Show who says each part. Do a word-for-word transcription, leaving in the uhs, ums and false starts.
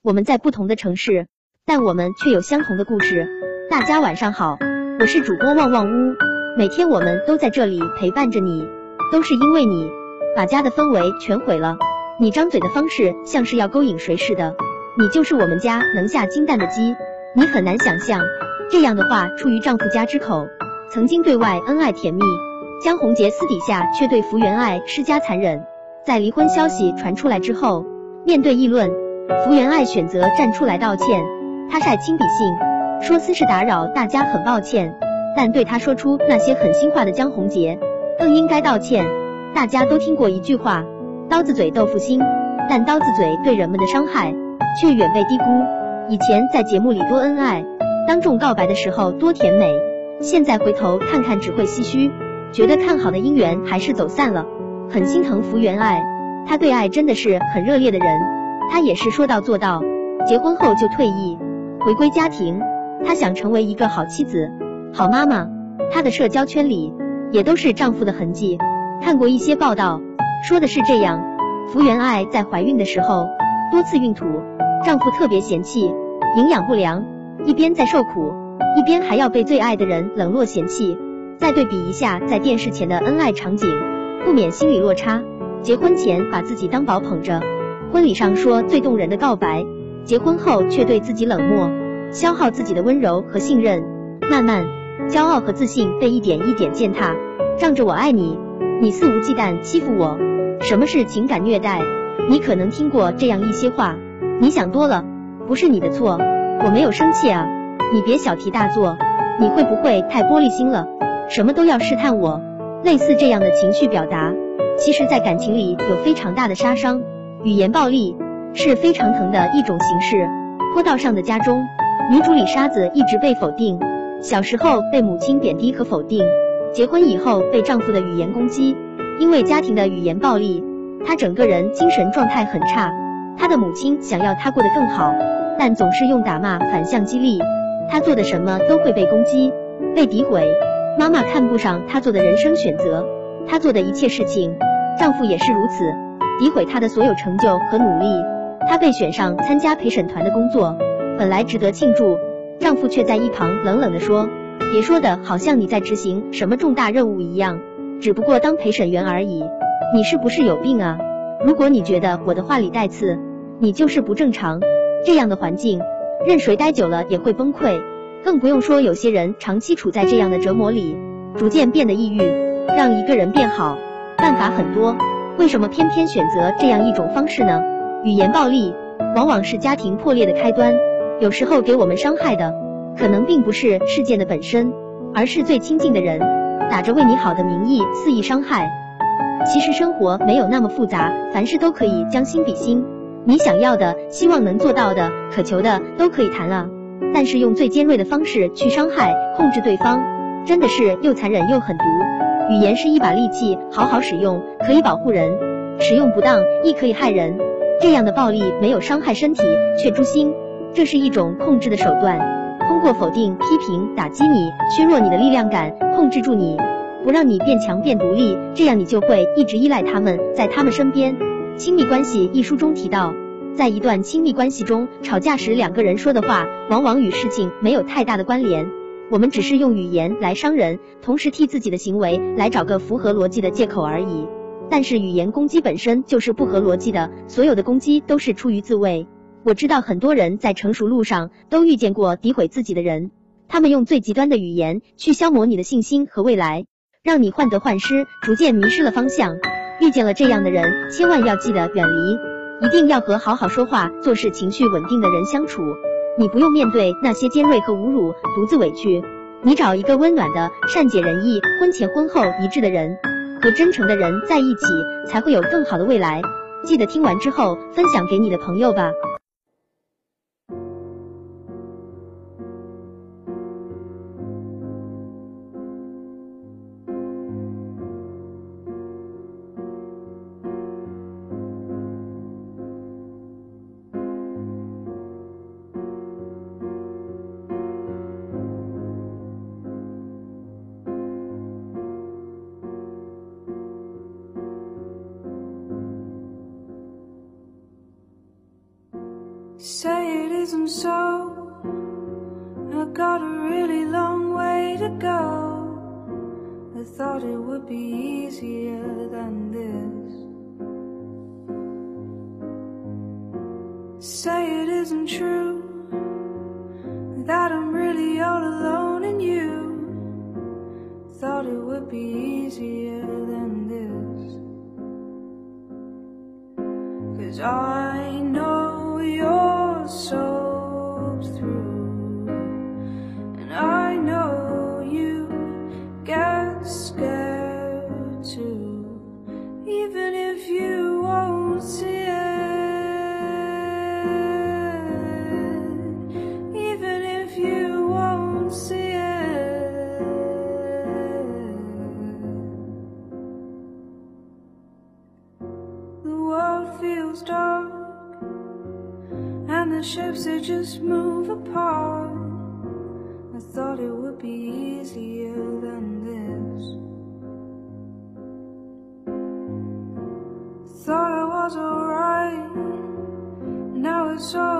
Speaker 1: 我们在不同的城市，但我们却有相同的故事。大家晚上好，我是主播旺旺屋，每天我们都在这里陪伴着你，都是因为你把家的氛围全毁了。你张嘴的方式像是要勾引谁似的，你就是我们家能下金蛋的鸡。你很难想象，这样的话出于丈夫家之口，曾经对外恩爱甜蜜，江宏杰私底下却对福原爱施加残忍。在离婚消息传出来之后，面对议论，福原爱选择站出来道歉。她晒亲笔信，说私事打扰大家很抱歉，但对她说出那些狠心话的江宏杰更应该道歉。大家都听过一句话，刀子嘴豆腐心，但刀子嘴对人们的伤害却远被低估。以前在节目里多恩爱，当众告白的时候多甜美，现在回头看看只会唏嘘，觉得看好的姻缘还是走散了。很心疼福原爱，她对爱真的是很热烈的人，她也是说到做到，结婚后就退役，回归家庭。她想成为一个好妻子、好妈妈。她的社交圈里也都是丈夫的痕迹。看过一些报道，说的是这样，福原爱在怀孕的时候多次孕吐，丈夫特别嫌弃，营养不良，一边在受苦，一边还要被最爱的人冷落嫌弃。再对比一下在电视前的恩爱场景，不免心理落差。结婚前把自己当宝捧着，婚礼上说最动人的告白，结婚后却对自己冷漠，消耗自己的温柔和信任。慢慢，骄傲和自信被一点一点践踏，仗着我爱你，你肆无忌惮欺负我。什么是情感虐待？你可能听过这样一些话，你想多了，不是你的错，我没有生气啊，你别小题大做，你会不会太玻璃心了，什么都要试探我。类似这样的情绪表达，其实在感情里有非常大的杀伤。语言暴力是非常疼的一种形式。坡道上的家中，女主李沙子一直被否定，小时候被母亲贬低和否定，结婚以后被丈夫的语言攻击。因为家庭的语言暴力，她整个人精神状态很差。她的母亲想要她过得更好，但总是用打骂反向激励，她做的什么都会被攻击、被诋毁。妈妈看不上她做的人生选择，她做的一切事情，丈夫也是如此，诋毁她的所有成就和努力。她被选上参加陪审团的工作，本来值得庆祝，丈夫却在一旁冷冷地说，别说的好像你在执行什么重大任务一样，只不过当陪审员而已，你是不是有病啊？如果你觉得我的话里带刺，你就是不正常。这样的环境，任谁待久了也会崩溃，更不用说有些人长期处在这样的折磨里，逐渐变得抑郁。让一个人变好，办法很多，为什么偏偏选择这样一种方式呢？语言暴力往往是家庭破裂的开端，有时候给我们伤害的可能并不是事件的本身，而是最亲近的人打着为你好的名义肆意伤害。其实生活没有那么复杂，凡事都可以将心比心，你想要的、希望能做到的、渴求的都可以谈啊。但是用最尖锐的方式去伤害、控制对方，真的是又残忍又狠毒。语言是一把利器，好好使用可以保护人，使用不当亦可以害人。这样的暴力没有伤害身体，却诛心，这是一种控制的手段，通过否定、批评、打击你，削弱你的力量感，控制住你，不让你变强变独立，这样你就会一直依赖他们，在他们身边。亲密关系一书中提到，在一段亲密关系中，吵架时两个人说的话往往与事情没有太大的关联，我们只是用语言来伤人，同时替自己的行为来找个符合逻辑的借口而已。但是语言攻击本身就是不合逻辑的，所有的攻击都是出于自卫。我知道很多人在成熟路上都遇见过诋毁自己的人，他们用最极端的语言去消磨你的信心和未来，让你患得患失，逐渐迷失了方向。遇见了这样的人，千万要记得远离，一定要和好好说话、做事情绪稳定的人相处。你不用面对那些尖锐和侮辱，独自委屈，你找一个温暖的、善解人意、婚前婚后一致的人，和真诚的人在一起，才会有更好的未来。记得听完之后分享给你的朋友吧。
Speaker 2: Say it isn't so. I got a really long way to go. I thought it would be easier than this. Say it isn't true that I'm really all alone in you. Thought it would be easier than this. 'Cause I know you're soaked through, and I know you get scared too, even if you won't see it. Even if you won't see it. The world feels dark, and the ships they just move apart. I thought it would be easier than this. Thought I was alright, now it's all